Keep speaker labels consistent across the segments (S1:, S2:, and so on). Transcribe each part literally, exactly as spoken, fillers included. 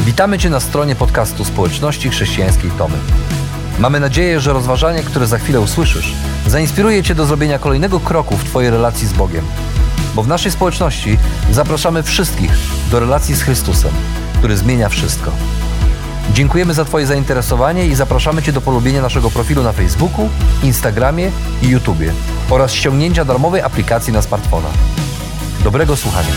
S1: Witamy Cię na stronie podcastu Społeczności Chrześcijańskiej Tomy. Mamy nadzieję, że rozważanie, które za chwilę usłyszysz, zainspiruje Cię do zrobienia kolejnego kroku w Twojej relacji z Bogiem. Bo w naszej społeczności zapraszamy wszystkich do relacji z Chrystusem, który zmienia wszystko. Dziękujemy za Twoje zainteresowanie i zapraszamy Cię do polubienia naszego profilu na Facebooku, Instagramie i YouTubie oraz ściągnięcia darmowej aplikacji na smartfona. Dobrego słuchania.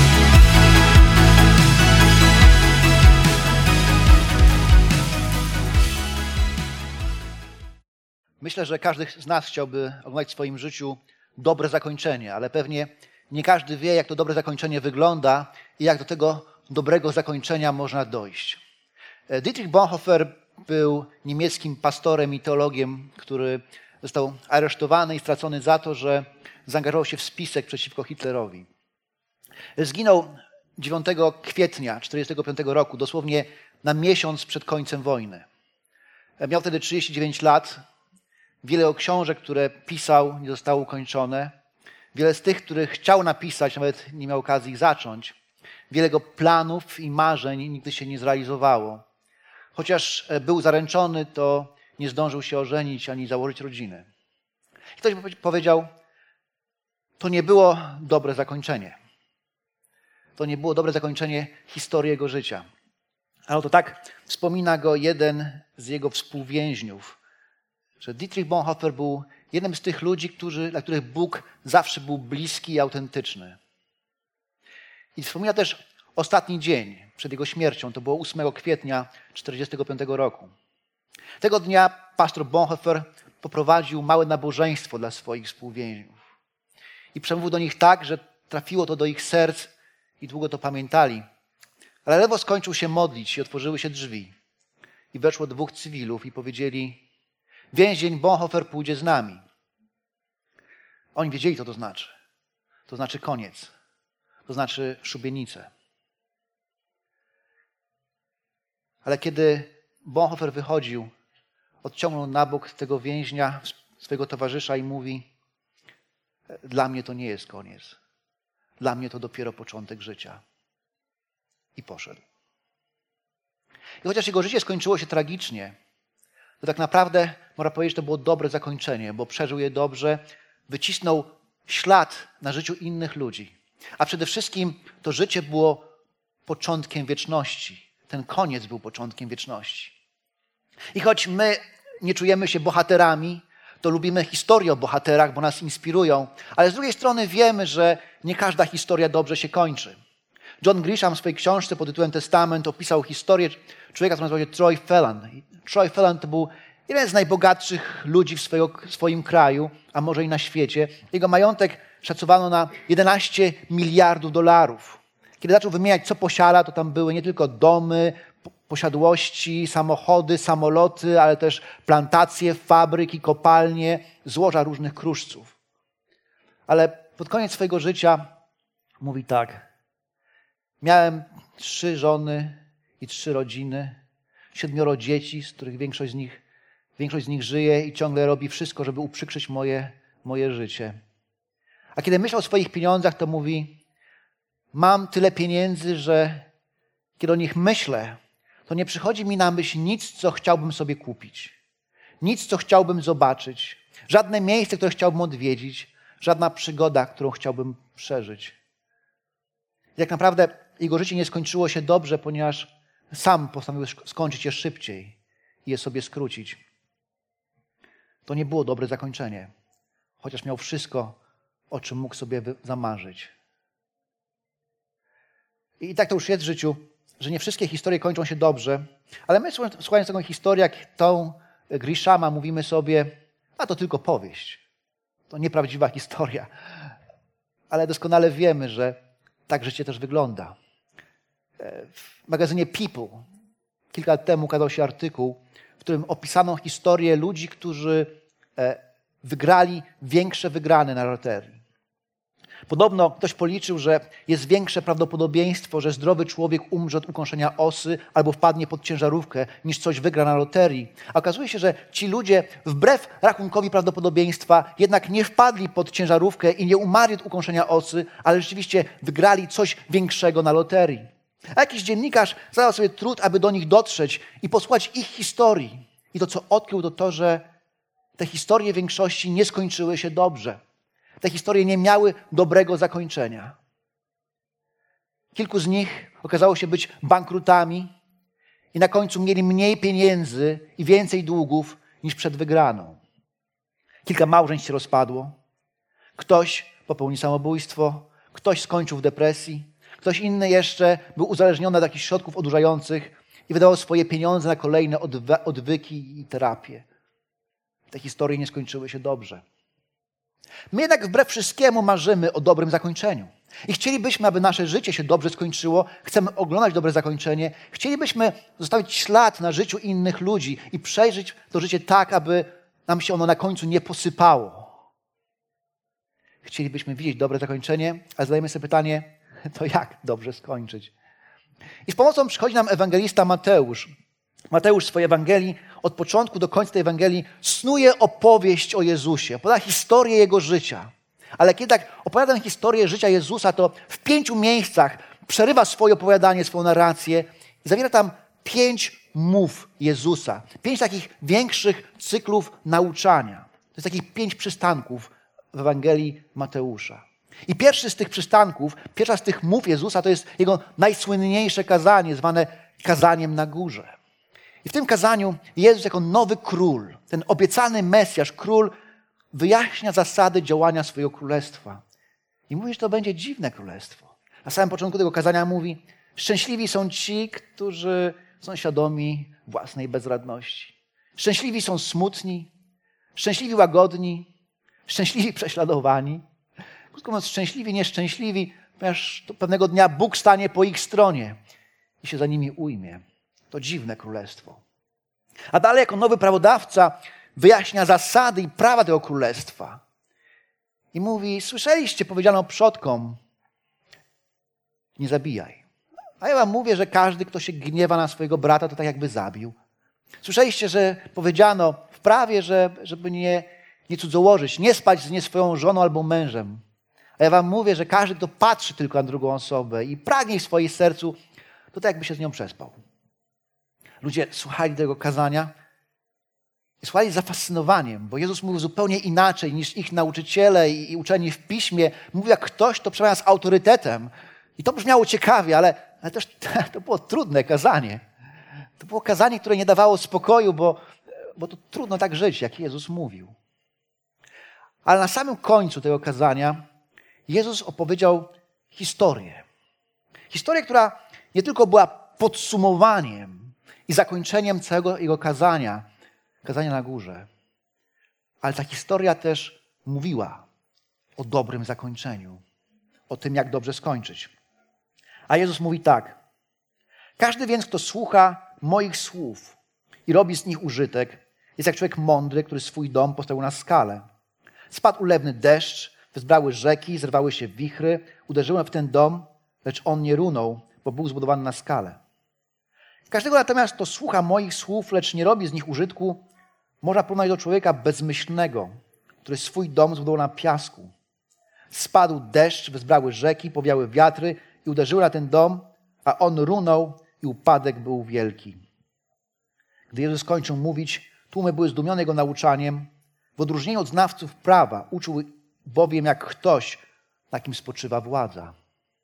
S2: Myślę, że każdy z nas chciałby oglądać w swoim życiu dobre zakończenie, ale pewnie nie każdy wie, jak to dobre zakończenie wygląda i jak do tego dobrego zakończenia można dojść. Dietrich Bonhoeffer był niemieckim pastorem i teologiem, który został aresztowany i stracony za to, że zaangażował się w spisek przeciwko Hitlerowi. Zginął dziewiątego kwietnia tysiąc dziewięćset czterdziestego piątego roku, dosłownie na miesiąc przed końcem wojny. Miał wtedy trzydzieści dziewięć lat. Wiele jego książek, które pisał, nie zostało ukończone. Wiele z tych, których chciał napisać, nawet nie miał okazji ich zacząć. Wiele jego planów i marzeń nigdy się nie zrealizowało. Chociaż był zaręczony, to nie zdążył się ożenić ani założyć rodziny. Ktoś powiedział, to nie było dobre zakończenie. To nie było dobre zakończenie historii jego życia. Ale to tak wspomina go jeden z jego współwięźniów, że Dietrich Bonhoeffer był jednym z tych ludzi, którzy, dla których Bóg zawsze był bliski i autentyczny. I wspomina też ostatni dzień przed jego śmiercią, to było ósmego kwietnia tysiąc dziewięćset czterdziestego piątego roku. Tego dnia pastor Bonhoeffer poprowadził małe nabożeństwo dla swoich współwięźniów. I przemówił do nich tak, że trafiło to do ich serc i długo to pamiętali. Ale ledwo skończył się modlić i otworzyły się drzwi. I weszło dwóch cywilów i powiedzieli: więzień Bonhoeffer pójdzie z nami. Oni wiedzieli, co to znaczy. To znaczy koniec. To znaczy szubienicę. Ale kiedy Bonhoeffer wychodził, odciągnął na bok tego więźnia, swojego towarzysza i mówi: dla mnie to nie jest koniec. Dla mnie to dopiero początek życia. I poszedł. I chociaż jego życie skończyło się tragicznie, to tak naprawdę można powiedzieć, że to było dobre zakończenie, bo przeżył je dobrze, wycisnął ślad na życiu innych ludzi. A przede wszystkim to życie było początkiem wieczności. Ten koniec był początkiem wieczności. I choć my nie czujemy się bohaterami, to lubimy historie o bohaterach, bo nas inspirują, ale z drugiej strony wiemy, że nie każda historia dobrze się kończy. John Grisham w swojej książce pod tytułem Testament opisał historię człowieka, który nazywał się Troy Phelan. Troy Phelan to był jeden z najbogatszych ludzi w swojego, swoim kraju, a może i na świecie. Jego majątek szacowano na jedenaście miliardów dolarów. Kiedy zaczął wymieniać, co posiada, to tam były nie tylko domy, posiadłości, samochody, samoloty, ale też plantacje, fabryki, kopalnie, złoża różnych kruszców. Ale pod koniec swojego życia mówi tak: miałem trzy żony i trzy rodziny, siedmioro dzieci, z których większość z nich, większość z nich żyje i ciągle robi wszystko, żeby uprzykrzyć moje, moje życie. A kiedy myślał o swoich pieniądzach, to mówi: mam tyle pieniędzy, że kiedy o nich myślę, to nie przychodzi mi na myśl nic, co chciałbym sobie kupić. Nic, co chciałbym zobaczyć. Żadne miejsce, które chciałbym odwiedzić. Żadna przygoda, którą chciałbym przeżyć. I tak naprawdę jego życie nie skończyło się dobrze, ponieważ sam postanowił skończyć je szybciej i je sobie skrócić. To nie było dobre zakończenie, chociaż miał wszystko, o czym mógł sobie zamarzyć. I tak to już jest w życiu, że nie wszystkie historie kończą się dobrze, ale my, słuchając taką historię jak tą Grishama, mówimy sobie: a to tylko powieść. To nieprawdziwa historia. Ale doskonale wiemy, że tak życie też wygląda. W magazynie People kilka lat temu ukazał się artykuł, w którym opisano historię ludzi, którzy wygrali większe wygrane na loterii. Podobno ktoś policzył, że jest większe prawdopodobieństwo, że zdrowy człowiek umrze od ukąszenia osy albo wpadnie pod ciężarówkę, niż coś wygra na loterii. A okazuje się, że ci ludzie wbrew rachunkowi prawdopodobieństwa jednak nie wpadli pod ciężarówkę i nie umarli od ukąszenia osy, ale rzeczywiście wygrali coś większego na loterii. A jakiś dziennikarz zadał sobie trud, aby do nich dotrzeć i posłuchać ich historii. I to, co odkrył, to to, że te historie w większości nie skończyły się dobrze. Te historie nie miały dobrego zakończenia. Kilku z nich okazało się być bankrutami i na końcu mieli mniej pieniędzy i więcej długów niż przed wygraną. Kilka małżeństw się rozpadło. Ktoś popełnił samobójstwo, ktoś skończył w depresji, ktoś inny jeszcze był uzależniony od jakichś środków odurzających i wydawał swoje pieniądze na kolejne odwyki i terapię. Te historie nie skończyły się dobrze. My jednak wbrew wszystkiemu marzymy o dobrym zakończeniu. I chcielibyśmy, aby nasze życie się dobrze skończyło. Chcemy oglądać dobre zakończenie. Chcielibyśmy zostawić ślad na życiu innych ludzi i przejrzeć to życie tak, aby nam się ono na końcu nie posypało. Chcielibyśmy widzieć dobre zakończenie, ale zadajemy sobie pytanie, to jak dobrze skończyć? I z pomocą przychodzi nam ewangelista Mateusz. Mateusz w swojej Ewangelii, od początku do końca tej Ewangelii, snuje opowieść o Jezusie, opowiada historię Jego życia. Ale kiedy tak opowiada historię życia Jezusa, to w pięciu miejscach przerywa swoje opowiadanie, swoją narrację i zawiera tam pięć mów Jezusa. Pięć takich większych cyklów nauczania. To jest takich pięć przystanków w Ewangelii Mateusza. I pierwszy z tych przystanków, pierwsza z tych mów Jezusa to jest Jego najsłynniejsze kazanie, zwane kazaniem na górze. I w tym kazaniu Jezus jako nowy król, ten obiecany Mesjasz, król, wyjaśnia zasady działania swojego królestwa. I mówi, że to będzie dziwne królestwo. Na samym początku tego kazania mówi, szczęśliwi są ci, którzy są świadomi własnej bezradności. Szczęśliwi są smutni, szczęśliwi łagodni, szczęśliwi prześladowani. Krótko mówiąc, szczęśliwi, nieszczęśliwi, ponieważ pewnego dnia Bóg stanie po ich stronie i się za nimi ujmie. To dziwne królestwo. A dalej jako nowy prawodawca wyjaśnia zasady i prawa tego królestwa. I mówi, słyszeliście, powiedziano przodkom, nie zabijaj. A ja wam mówię, że każdy, kto się gniewa na swojego brata, to tak jakby zabił. Słyszeliście, że powiedziano w prawie, że, żeby nie, nie cudzołożyć, nie spać z nie swoją żoną albo mężem. A ja wam mówię, że każdy, kto patrzy tylko na drugą osobę i pragnie w swoim sercu, to tak jakby się z nią przespał. Ludzie słuchali tego kazania i słuchali z zafascynowaniem, bo Jezus mówił zupełnie inaczej niż ich nauczyciele i, i uczeni w piśmie. Mówił jak ktoś, kto przemawia z autorytetem. I to brzmiało ciekawie, ale, ale też to było trudne kazanie. To było kazanie, które nie dawało spokoju, bo, bo to trudno tak żyć, jak Jezus mówił. Ale na samym końcu tego kazania Jezus opowiedział historię. Historię, która nie tylko była podsumowaniem i zakończeniem całego Jego kazania, kazania na górze, ale ta historia też mówiła o dobrym zakończeniu, o tym, jak dobrze skończyć. A Jezus mówi tak. Każdy więc, kto słucha moich słów i robi z nich użytek, jest jak człowiek mądry, który swój dom postawił na skalę. Spadł ulewny deszcz, wezbrały rzeki, zerwały się wichry, uderzyły w ten dom, lecz on nie runął, bo był zbudowany na skalę. Każdego natomiast, kto słucha moich słów, lecz nie robi z nich użytku, można porównać do człowieka bezmyślnego, który swój dom zbudował na piasku. Spadł deszcz, wezbrały rzeki, powiały wiatry i uderzyły na ten dom, a on runął i upadek był wielki. Gdy Jezus skończył mówić, tłumy były zdumione Jego nauczaniem. W odróżnieniu od znawców prawa uczył bowiem jak ktoś, na kim spoczywa władza.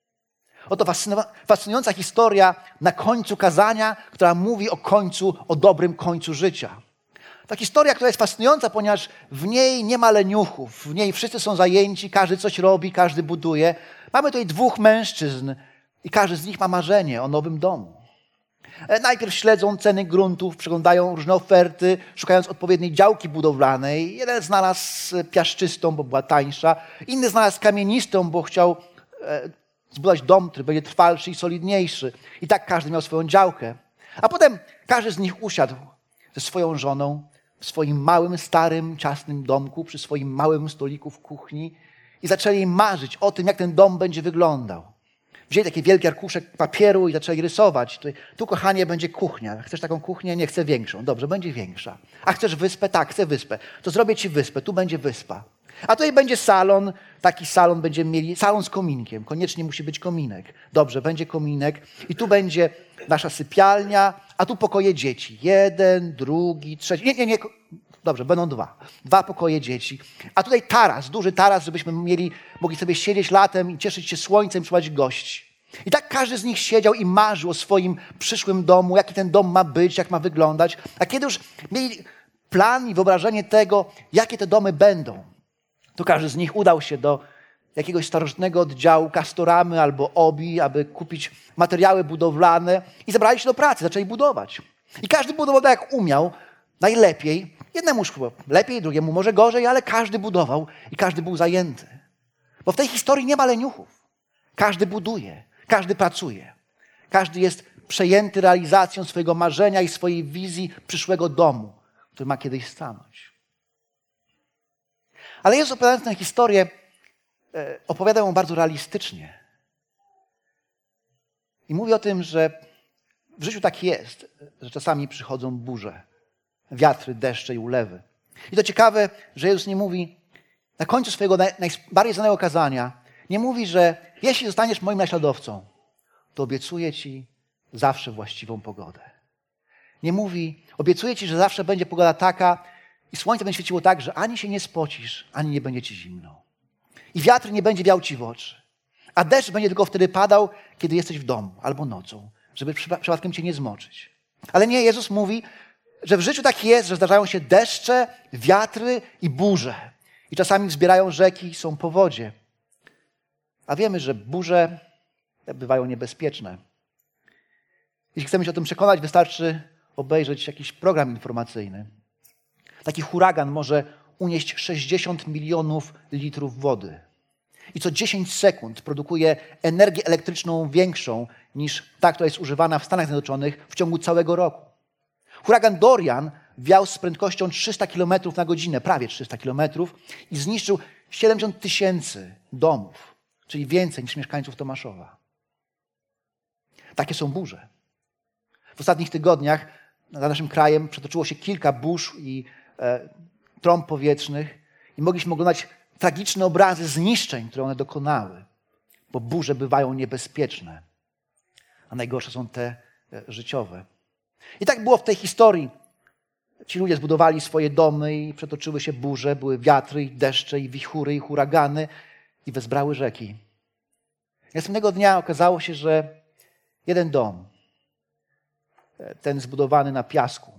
S2: Oto fascynująca historia na końcu kazania, która mówi o końcu, o dobrym końcu życia. Ta historia, która jest fascynująca, ponieważ w niej nie ma leniuchów, w niej wszyscy są zajęci, każdy coś robi, każdy buduje. Mamy tutaj dwóch mężczyzn i każdy z nich ma marzenie o nowym domu. Najpierw śledzą ceny gruntów, przeglądają różne oferty, szukając odpowiedniej działki budowlanej. Jeden znalazł piaszczystą, bo była tańsza, inny znalazł kamienistą, bo chciał zbudować dom, który będzie trwalszy i solidniejszy. I tak każdy miał swoją działkę. A potem każdy z nich usiadł ze swoją żoną w swoim małym, starym, ciasnym domku, przy swoim małym stoliku w kuchni i zaczęli marzyć o tym, jak ten dom będzie wyglądał. Wzięli takie wielkie arkusze papieru i zaczęli rysować. Tu, tu, kochanie, będzie kuchnia. Chcesz taką kuchnię? Nie, chcę większą. Dobrze, będzie większa. A chcesz wyspę? Tak, chcę wyspę. To zrobię ci wyspę. Tu będzie wyspa. A tutaj będzie salon, taki salon będziemy mieli, salon z kominkiem. Koniecznie musi być kominek. Dobrze, będzie kominek i tu będzie nasza sypialnia, a tu pokoje dzieci. Jeden, drugi, trzeci. Nie, nie, nie. Dobrze, będą dwa. Dwa pokoje dzieci. A tutaj taras, duży taras, żebyśmy mieli, mogli sobie siedzieć latem i cieszyć się słońcem, przyjmować gości. I tak każdy z nich siedział i marzył o swoim przyszłym domu, jaki ten dom ma być, jak ma wyglądać. A kiedy już mieli plan i wyobrażenie tego, jakie te domy będą, to każdy z nich udał się do jakiegoś starożytnego oddziału Castoramy albo Obi, aby kupić materiały budowlane i zabrali się do pracy, zaczęli budować. I każdy budował tak, jak umiał, najlepiej. Jednemu szło lepiej, drugiemu może gorzej, ale każdy budował i każdy był zajęty. Bo w tej historii nie ma leniuchów. Każdy buduje, każdy pracuje. Każdy jest przejęty realizacją swojego marzenia i swojej wizji przyszłego domu, który ma kiedyś stanąć. Ale Jezus, opowiadając tę historię, opowiada ją bardzo realistycznie. I mówi o tym, że w życiu tak jest, że czasami przychodzą burze, wiatry, deszcze i ulewy. I to ciekawe, że Jezus nie mówi na końcu swojego najbardziej znanego kazania, nie mówi, że jeśli zostaniesz moim naśladowcą, to obiecuję ci zawsze właściwą pogodę. Nie mówi, obiecuję ci, że zawsze będzie pogoda taka i słońce będzie świeciło tak, że ani się nie spocisz, ani nie będzie ci zimno. I wiatr nie będzie wiał ci w oczy. A deszcz będzie tylko wtedy padał, kiedy jesteś w domu albo nocą, żeby przypadkiem cię nie zmoczyć. Ale nie, Jezus mówi, że w życiu tak jest, że zdarzają się deszcze, wiatry i burze. I czasami wzbierają rzeki, są powodzie. A wiemy, że burze bywają niebezpieczne. Jeśli chcemy się o tym przekonać, wystarczy obejrzeć jakiś program informacyjny. Taki huragan może unieść sześćdziesiąt milionów litrów wody. I co dziesięć sekund produkuje energię elektryczną większą niż ta, która jest używana w Stanach Zjednoczonych w ciągu całego roku. Huragan Dorian wiał z prędkością trzysta kilometrów na godzinę, prawie trzysta kilometrów i zniszczył siedemdziesiąt tysięcy domów, czyli więcej niż mieszkańców Tomaszowa. Takie są burze. W ostatnich tygodniach nad naszym krajem przetoczyło się kilka burz i e, trąb powietrznych i mogliśmy oglądać tragiczne obrazy zniszczeń, które one dokonały, bo burze bywają niebezpieczne, a najgorsze są te e, życiowe. I tak było w tej historii. Ci ludzie zbudowali swoje domy i przetoczyły się burze, były wiatry i deszcze i wichury i huragany i wezbrały rzeki. Następnego dnia okazało się, że jeden dom, ten zbudowany na piasku,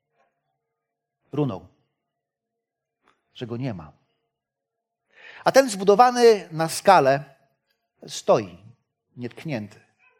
S2: runął, że go nie ma. A ten zbudowany na skale stoi, nietknięty.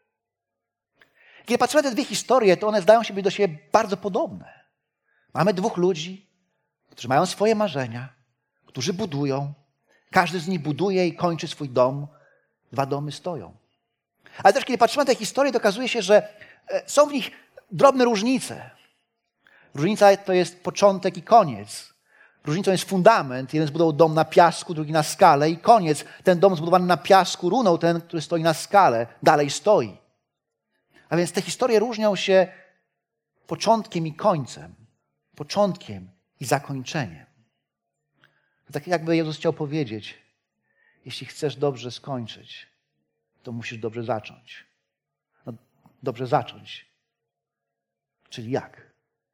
S2: Kiedy patrzymy na te dwie historie, to one zdają się być do siebie bardzo podobne. Mamy dwóch ludzi, którzy mają swoje marzenia, którzy budują. Każdy z nich buduje i kończy swój dom. Dwa domy stoją. Ale też kiedy patrzymy na te historie, to okazuje się, że są w nich drobne różnice. Różnica to jest początek i koniec. Różnicą jest fundament. Jeden zbudował dom na piasku, drugi na skale i koniec. Ten dom zbudowany na piasku runął, ten, który stoi na skale, dalej stoi. A więc te historie różnią się początkiem i końcem. Początkiem i zakończeniem. To tak jakby Jezus chciał powiedzieć, jeśli chcesz dobrze skończyć, to musisz dobrze zacząć. No, dobrze zacząć. Czyli jak?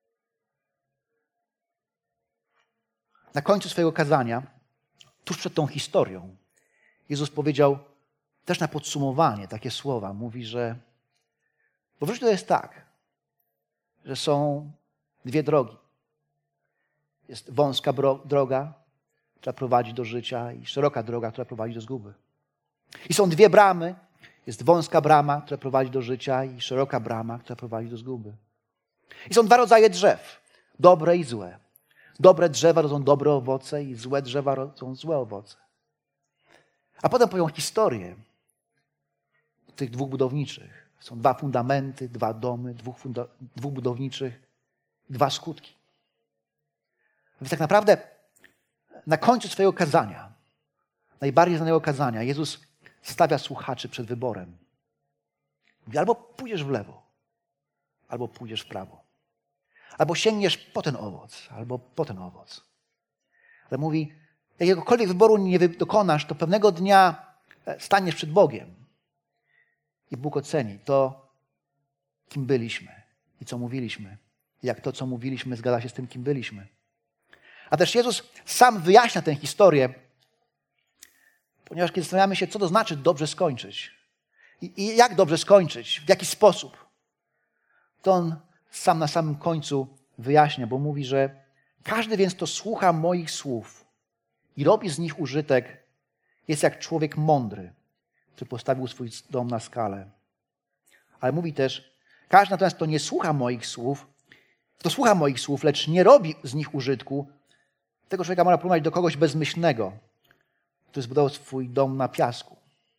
S2: Na końcu swojego kazania, tuż przed tą historią, Jezus powiedział też na podsumowanie takie słowa. Mówi, że bo w życiu to jest tak, że są dwie drogi. Jest wąska droga, która prowadzi do życia i szeroka droga, która prowadzi do zguby. I są dwie bramy. Jest wąska brama, która prowadzi do życia i szeroka brama, która prowadzi do zguby. I są dwa rodzaje drzew. Dobre i złe. Dobre drzewa rodzą dobre owoce i złe drzewa rodzą złe owoce. A potem poją historię tych dwóch budowniczych. Są dwa fundamenty, dwa domy, dwóch, funda- dwóch budowniczych, dwa skutki. Więc tak naprawdę na końcu swojego kazania, najbardziej znanego kazania, Jezus stawia słuchaczy przed wyborem. Mówi, albo pójdziesz w lewo, albo pójdziesz w prawo. Albo sięgniesz po ten owoc, albo po ten owoc. Ale mówi, jakiegokolwiek wyboru nie dokonasz, to pewnego dnia staniesz przed Bogiem i Bóg oceni to, kim byliśmy i co mówiliśmy. Jak to, co mówiliśmy, zgadza się z tym, kim byliśmy. A też Jezus sam wyjaśnia tę historię, ponieważ kiedy zastanawiamy się, co to znaczy dobrze skończyć i, i jak dobrze skończyć, w jaki sposób, to On sam na samym końcu wyjaśnia, bo mówi, że każdy więc, kto słucha moich słów i robi z nich użytek, jest jak człowiek mądry, który postawił swój dom na skalę. Ale mówi też, każdy natomiast, kto nie słucha moich słów, kto słucha moich słów, lecz nie robi z nich użytku, tego człowieka można porównać do kogoś bezmyślnego, który zbudował swój dom na piasku.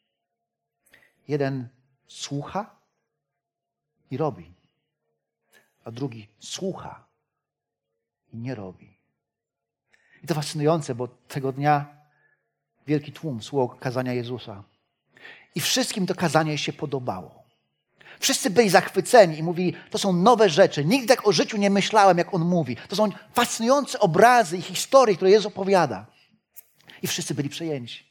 S2: Jeden słucha i robi, a drugi słucha i nie robi. I to fascynujące, bo tego dnia wielki tłum słuchał kazania Jezusa. I wszystkim to kazanie się podobało. Wszyscy byli zachwyceni i mówili, to są nowe rzeczy. Nigdy tak o życiu nie myślałem, jak On mówi. To są fascynujące obrazy i historie, które Jezus opowiada. I wszyscy byli przejęci.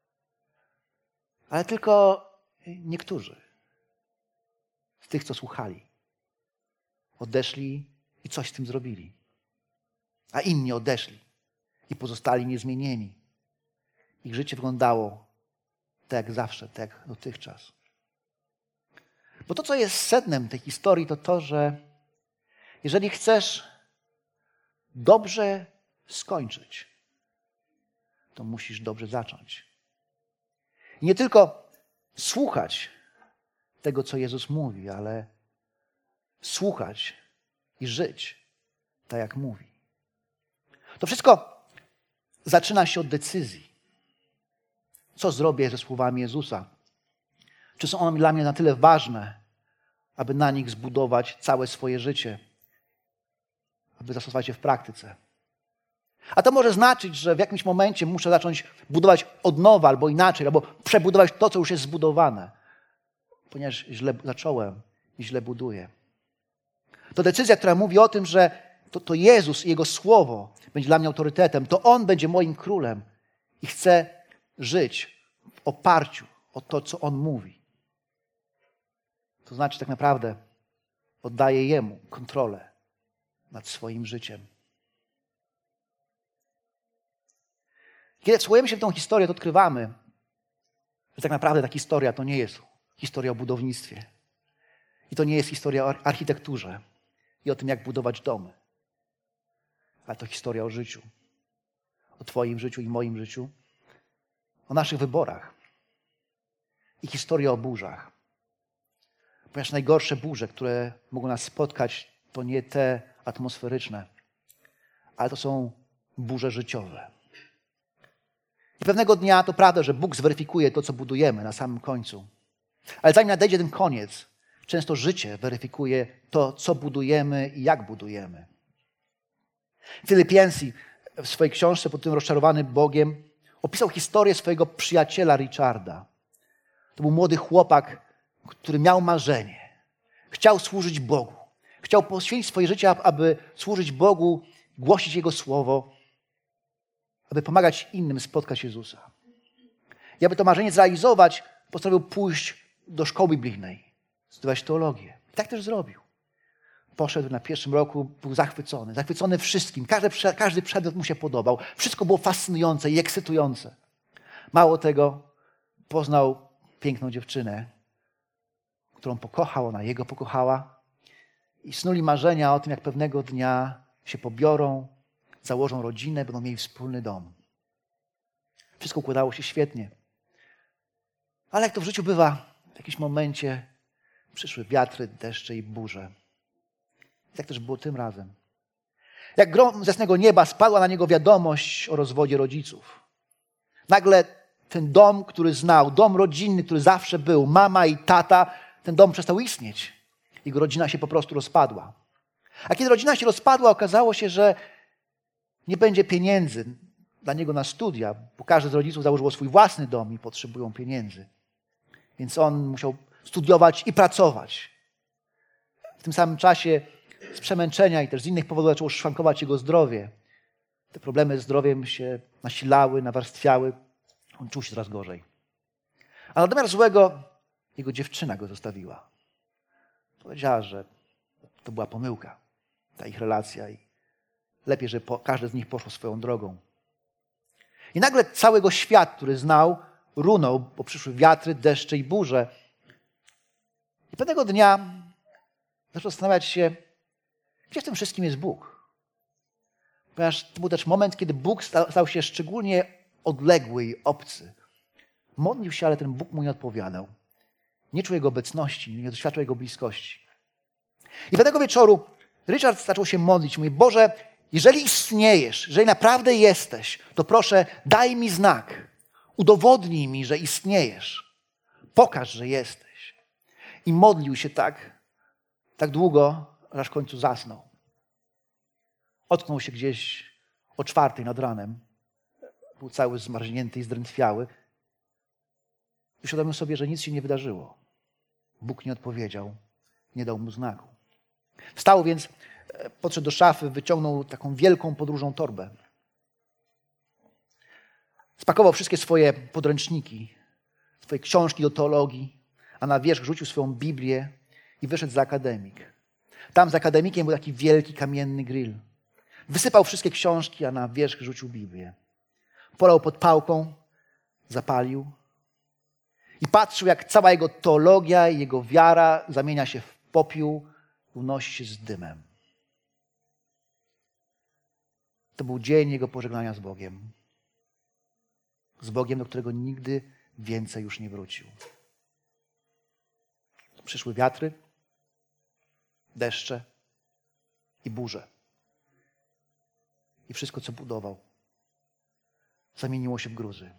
S2: Ale tylko niektórzy z tych, co słuchali, odeszli i coś z tym zrobili. A inni odeszli i pozostali niezmienieni. Ich życie wyglądało tak jak zawsze, tak jak dotychczas. Bo to, co jest sednem tej historii, to to, że jeżeli chcesz dobrze skończyć, to musisz dobrze zacząć. I nie tylko słuchać tego, co Jezus mówi, ale słuchać i żyć tak, jak mówi. To wszystko zaczyna się od decyzji. Co zrobię ze słowami Jezusa? Czy są one dla mnie na tyle ważne, aby na nich zbudować całe swoje życie, aby zastosować je w praktyce? A to może znaczyć, że w jakimś momencie muszę zacząć budować od nowa albo inaczej, albo przebudować to, co już jest zbudowane, ponieważ źle zacząłem i źle buduję. To decyzja, która mówi o tym, że to, to Jezus i Jego Słowo będzie dla mnie autorytetem, to On będzie moim królem i chcę żyć w oparciu o to, co On mówi. To znaczy tak naprawdę oddaję Jemu kontrolę nad swoim życiem. Kiedy wsłuchujemy się w tę historię, to odkrywamy, że tak naprawdę ta historia to nie jest historia o budownictwie. I to nie jest historia o architekturze i o tym, jak budować domy. Ale to historia o życiu. O Twoim życiu i moim życiu. O naszych wyborach. I historia o burzach. Ponieważ najgorsze burze, które mogą nas spotkać, to nie te atmosferyczne, ale to są burze życiowe. I pewnego dnia to prawda, że Bóg zweryfikuje to, co budujemy na samym końcu. Ale zanim nadejdzie ten koniec, często życie weryfikuje to, co budujemy i jak budujemy. Philip Yancey w swojej książce pod tym Rozczarowany Bogiem opisał historię swojego przyjaciela Richarda. To był młody chłopak, który miał marzenie. Chciał służyć Bogu. Chciał poświęcić swoje życie, aby służyć Bogu, głosić Jego Słowo, aby pomagać innym spotkać Jezusa. I aby to marzenie zrealizować, postanowił pójść do szkoły biblijnej, studiować teologię. I tak też zrobił. Poszedł na pierwszym roku, był zachwycony. Zachwycony wszystkim. Każdy, każdy przedmiot mu się podobał. Wszystko było fascynujące i ekscytujące. Mało tego, poznał piękną dziewczynę, którą pokochał, ona jego pokochała. I snuli marzenia o tym, jak pewnego dnia się pobiorą, założą rodzinę, będą mieli wspólny dom. Wszystko układało się świetnie. Ale jak to w życiu bywa, w jakimś momencie przyszły wiatry, deszcze i burze. I tak też było tym razem. Jak grom z jasnego nieba spadła na niego wiadomość o rozwodzie rodziców. Nagle ten dom, który znał, dom rodzinny, który zawsze był, mama i tata, ten dom przestał istnieć. Jego rodzina się po prostu rozpadła. A kiedy rodzina się rozpadła, okazało się, że nie będzie pieniędzy dla niego na studia, bo każdy z rodziców założył swój własny dom i potrzebują pieniędzy. Więc on musiał studiować i pracować. W tym samym czasie z przemęczenia i też z innych powodów zaczęło szwankować jego zdrowie. Te problemy z zdrowiem się nasilały, nawarstwiały. On czuł się coraz gorzej. A na domiar złego jego dziewczyna go zostawiła. Powiedziała, że to była pomyłka, ta ich relacja i lepiej, że po, każde z nich poszło swoją drogą. I nagle cały jego świat, który znał, runął, bo przyszły wiatry, deszcze i burze. I pewnego dnia zaczął zastanawiać się, gdzie w tym wszystkim jest Bóg. Ponieważ to był też moment, kiedy Bóg stał, stał się szczególnie odległy i obcy. Modlił się, ale ten Bóg mu nie odpowiadał. Nie czuł jego obecności, nie doświadczał jego bliskości. I pewnego wieczoru Richard zaczął się modlić. Mówi, Boże, jeżeli istniejesz, jeżeli naprawdę jesteś, to proszę, daj mi znak. Udowodnij mi, że istniejesz. Pokaż, że jesteś. I modlił się tak, tak długo, aż w końcu zasnął. Otknął się gdzieś o czwartej nad ranem. Był cały zmarznięty i zdrętwiały. I uświadomił sobie, że nic się nie wydarzyło. Bóg nie odpowiedział, nie dał mu znaku. Wstał więc, podszedł do szafy, wyciągnął taką wielką podróżną torbę. Spakował wszystkie swoje podręczniki, swoje książki do teologii, a na wierzch rzucił swoją Biblię i wyszedł za akademik. Tam za akademikiem był taki wielki kamienny grill. Wysypał wszystkie książki, a na wierzch rzucił Biblię. Polał pod pałką, zapalił i patrzył, jak cała jego teologia i jego wiara zamienia się w popiół, unosi się z dymem. To był dzień jego pożegnania z Bogiem. Z Bogiem, do którego nigdy więcej już nie wrócił. Przyszły wiatry, deszcze i burze. I wszystko, co budował, zamieniło się w gruzy.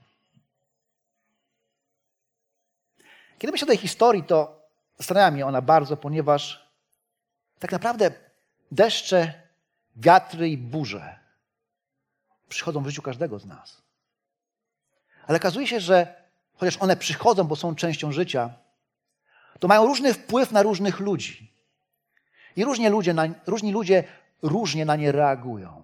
S2: Kiedy myślę o tej historii, to zastanawia mnie ona bardzo, ponieważ tak naprawdę deszcze, wiatry i burze przychodzą w życiu każdego z nas. Ale okazuje się, że chociaż one przychodzą, bo są częścią życia, to mają różny wpływ na różnych ludzi. I różni ludzie na, różni ludzie różnie na nie reagują.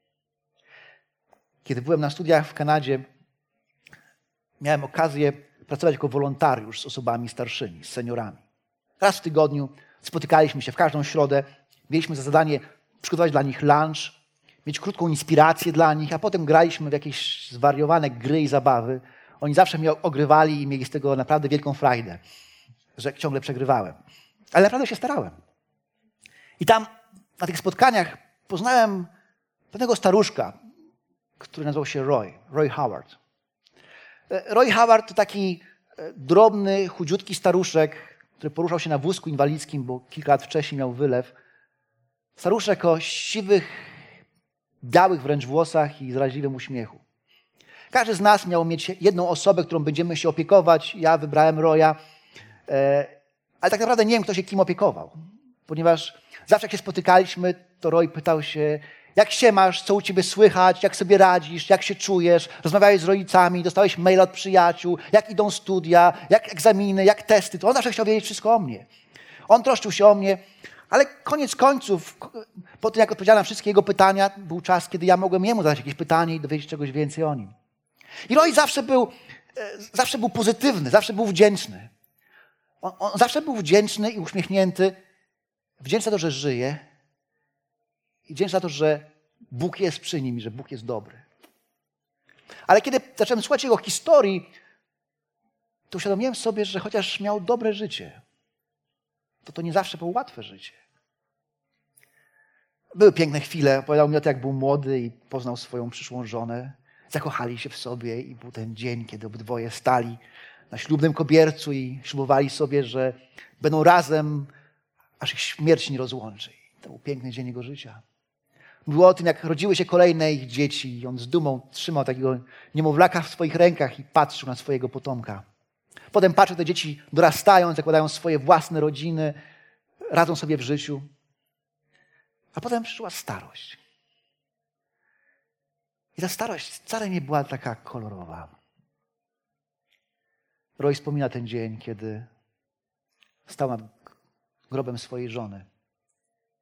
S2: Kiedy byłem na studiach w Kanadzie, miałem okazję pracować jako wolontariusz z osobami starszymi, z seniorami. Raz w tygodniu spotykaliśmy się w każdą środę, mieliśmy za zadanie przygotować dla nich lunch, mieć krótką inspirację dla nich, a potem graliśmy w jakieś zwariowane gry i zabawy. Oni zawsze mnie ogrywali i mieli z tego naprawdę wielką frajdę, że ciągle przegrywałem. Ale naprawdę się starałem. I tam na tych spotkaniach poznałem pewnego staruszka, który nazywał się Roy, Roy Howard. Roy Howard to taki drobny, chudziutki staruszek, który poruszał się na wózku inwalidzkim, bo kilka lat wcześniej miał wylew. Staruszek o siwych, białych wręcz włosach i zaraźliwym uśmiechu. Każdy z nas miał mieć jedną osobę, którą będziemy się opiekować. Ja wybrałem Roya, ale tak naprawdę nie wiem, kto się kim opiekował. Ponieważ zawsze jak się spotykaliśmy, to Roy pytał się, jak się masz, co u ciebie słychać, jak sobie radzisz, jak się czujesz, rozmawiałeś z rodzicami, dostałeś maila od przyjaciół, jak idą studia, jak egzaminy, jak testy. To on zawsze chciał wiedzieć wszystko o mnie. On troszczył się o mnie, ale koniec końców, po tym jak odpowiedziałem na wszystkie jego pytania, był czas, kiedy ja mogłem jemu zadać jakieś pytanie i dowiedzieć czegoś więcej o nim. I Roy zawsze był, zawsze był pozytywny, zawsze był wdzięczny. On, on zawsze był wdzięczny i uśmiechnięty, wdzięczny za to, że żyje i wdzięczny za to, że Bóg jest przy nim i że Bóg jest dobry. Ale kiedy zacząłem słuchać jego historii, to uświadomiłem sobie, że chociaż miał dobre życie, to to nie zawsze było łatwe życie. Były piękne chwile. Opowiadał mi o tym, jak był młody i poznał swoją przyszłą żonę. Zakochali się w sobie i był ten dzień, kiedy obydwoje stali na ślubnym kobiercu i ślubowali sobie, że będą razem, aż ich śmierć nie rozłączy. To był piękny dzień jego życia. Mówił o tym, jak rodziły się kolejne ich dzieci i on z dumą trzymał takiego niemowlaka w swoich rękach i patrzył na swojego potomka. Potem patrzył, te dzieci dorastają, zakładają swoje własne rodziny, radzą sobie w życiu. A potem przyszła starość. I ta starość wcale nie była taka kolorowa. Roy wspomina ten dzień, kiedy stał nad grobem swojej żony.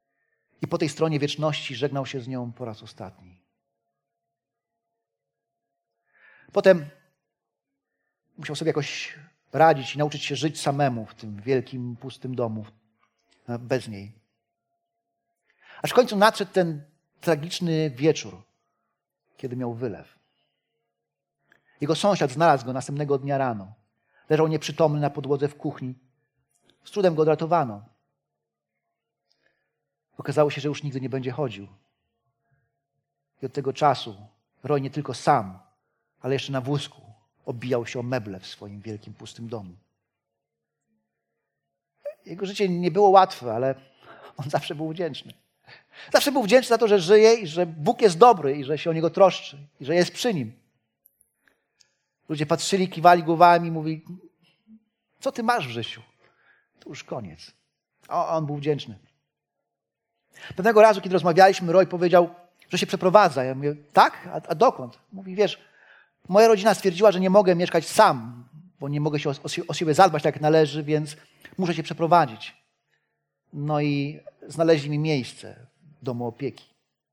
S2: I po tej stronie wieczności żegnał się z nią po raz ostatni. Potem musiał sobie jakoś radzić i nauczyć się żyć samemu w tym wielkim, pustym domu, bez niej. Aż w końcu nadszedł ten tragiczny wieczór, kiedy miał wylew. Jego sąsiad znalazł go następnego dnia rano. Leżał nieprzytomny na podłodze w kuchni. Z trudem go odratowano. Okazało się, że już nigdy nie będzie chodził. I od tego czasu Roy nie tylko sam, ale jeszcze na wózku obijał się o meble w swoim wielkim, pustym domu. Jego życie nie było łatwe, ale on zawsze był wdzięczny. Zawsze był wdzięczny za to, że żyje i że Bóg jest dobry i że się o niego troszczy i że jest przy nim. Ludzie patrzyli, kiwali głowami i mówili, co ty masz w życiu? To już koniec. A on był wdzięczny. Pewnego razu, kiedy rozmawialiśmy, Roy powiedział, że się przeprowadza. Ja mówię, tak? A, a dokąd? Mówi, wiesz, moja rodzina stwierdziła, że nie mogę mieszkać sam, bo nie mogę się o, o siebie zadbać tak jak należy, więc muszę się przeprowadzić. No i znaleźli mi miejsce w domu opieki.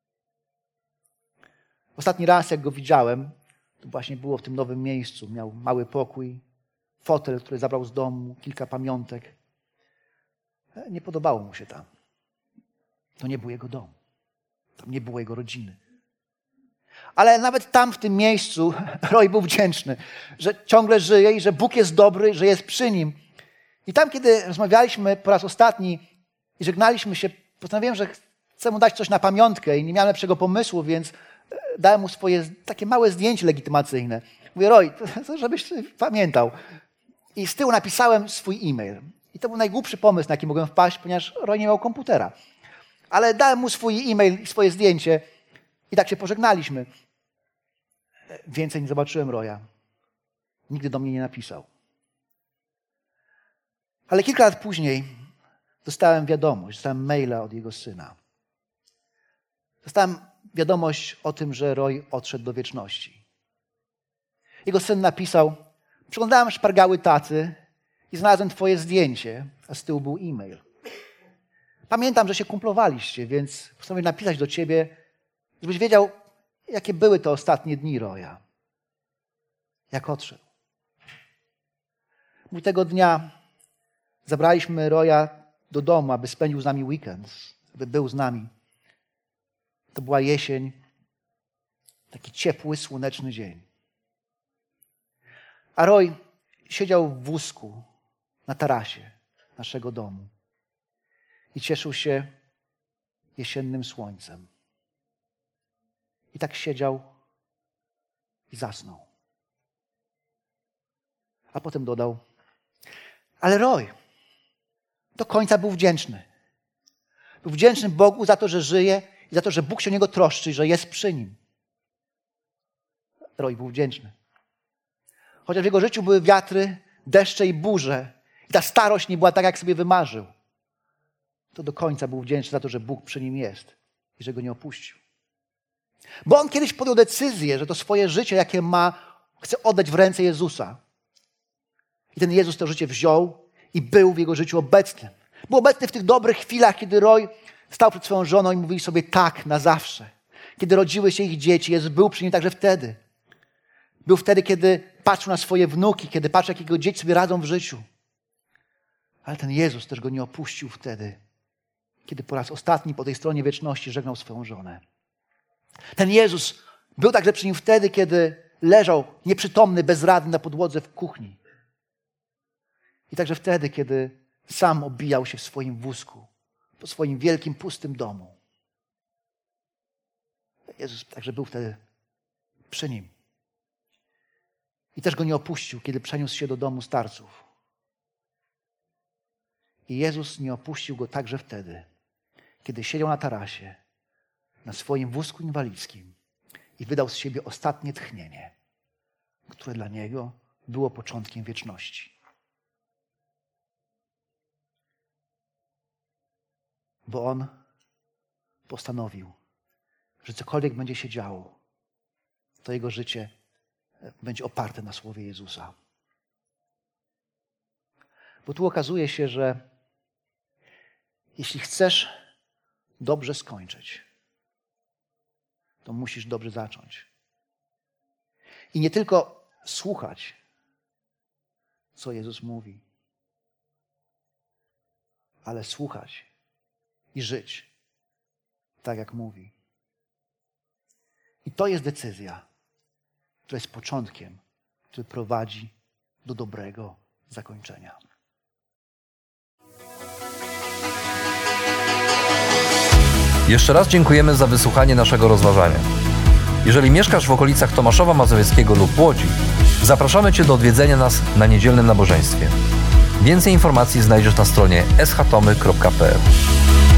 S2: Ostatni raz, jak go widziałem, to właśnie było w tym nowym miejscu. Miał mały pokój, fotel, który zabrał z domu, kilka pamiątek. Nie podobało mu się tam. To nie był jego dom. Tam nie było jego rodziny. Ale nawet tam, w tym miejscu, Roy był wdzięczny, że ciągle żyje i że Bóg jest dobry, że jest przy nim. I tam, kiedy rozmawialiśmy po raz ostatni i żegnaliśmy się, postanowiłem, że chcę mu dać coś na pamiątkę i nie miałem lepszego pomysłu, więc dałem mu swoje takie małe zdjęcie legitymacyjne. Mówię, Roy, to żebyś pamiętał. I z tyłu napisałem swój e-mail. I to był najgłupszy pomysł, na jaki mogłem wpaść, ponieważ Roy nie miał komputera. Ale dałem mu swój e-mail i swoje zdjęcie i tak się pożegnaliśmy. Więcej nie zobaczyłem Roya. Nigdy do mnie nie napisał. Ale kilka lat później dostałem wiadomość, dostałem maila od jego syna. Dostałem wiadomość o tym, że Roy odszedł do wieczności. Jego syn napisał, przeglądałem szpargały taty i znalazłem twoje zdjęcie, a z tyłu był e-mail. Pamiętam, że się kumplowaliście, więc postanowiłem napisać do ciebie, żebyś wiedział, jakie były te ostatnie dni Roya. Jak odszedł. Mój tego dnia zabraliśmy Roya do domu, aby spędził z nami weekend, aby był z nami. To była jesień, taki ciepły, słoneczny dzień. A Roy siedział w wózku na tarasie naszego domu i cieszył się jesiennym słońcem. I tak siedział i zasnął. A potem dodał, ale Roy do końca był wdzięczny. Był wdzięczny Bogu za to, że żyje i za to, że Bóg się o niego troszczy, że jest przy nim. Roy był wdzięczny. Chociaż w jego życiu były wiatry, deszcze i burze i ta starość nie była tak, jak sobie wymarzył, to do końca był wdzięczny za to, że Bóg przy nim jest i że go nie opuścił. Bo on kiedyś podjął decyzję, że to swoje życie, jakie ma, chce oddać w ręce Jezusa. I ten Jezus to życie wziął i był w jego życiu obecny. Był obecny w tych dobrych chwilach, kiedy Roy stał przed swoją żoną i mówili sobie tak na zawsze. Kiedy rodziły się ich dzieci, Jezus był przy nim także wtedy. Był wtedy, kiedy patrzył na swoje wnuki, kiedy patrzył, jak jego dzieci sobie radzą w życiu. Ale ten Jezus też go nie opuścił wtedy, kiedy po raz ostatni po tej stronie wieczności żegnał swoją żonę. Ten Jezus był także przy nim wtedy, kiedy leżał nieprzytomny, bezradny na podłodze w kuchni. I także wtedy, kiedy sam obijał się w swoim wózku, po swoim wielkim, pustym domu. Jezus także był wtedy przy nim. I też go nie opuścił, kiedy przeniósł się do domu starców. I Jezus nie opuścił go także wtedy, kiedy siedział na tarasie, na swoim wózku inwalidzkim i wydał z siebie ostatnie tchnienie, które dla niego było początkiem wieczności. Bo on postanowił, że cokolwiek będzie się działo, to jego życie będzie oparte na słowie Jezusa. Bo tu okazuje się, że jeśli chcesz dobrze skończyć, to musisz dobrze zacząć. I nie tylko słuchać, co Jezus mówi, ale słuchać i żyć tak, jak mówi. I to jest decyzja, która jest początkiem, który prowadzi do dobrego zakończenia.
S1: Jeszcze raz dziękujemy za wysłuchanie naszego rozważania. Jeżeli mieszkasz w okolicach Tomaszowa Mazowieckiego lub Łodzi, zapraszamy Cię do odwiedzenia nas na niedzielnym nabożeństwie. Więcej informacji znajdziesz na stronie s h tomy kropka p l.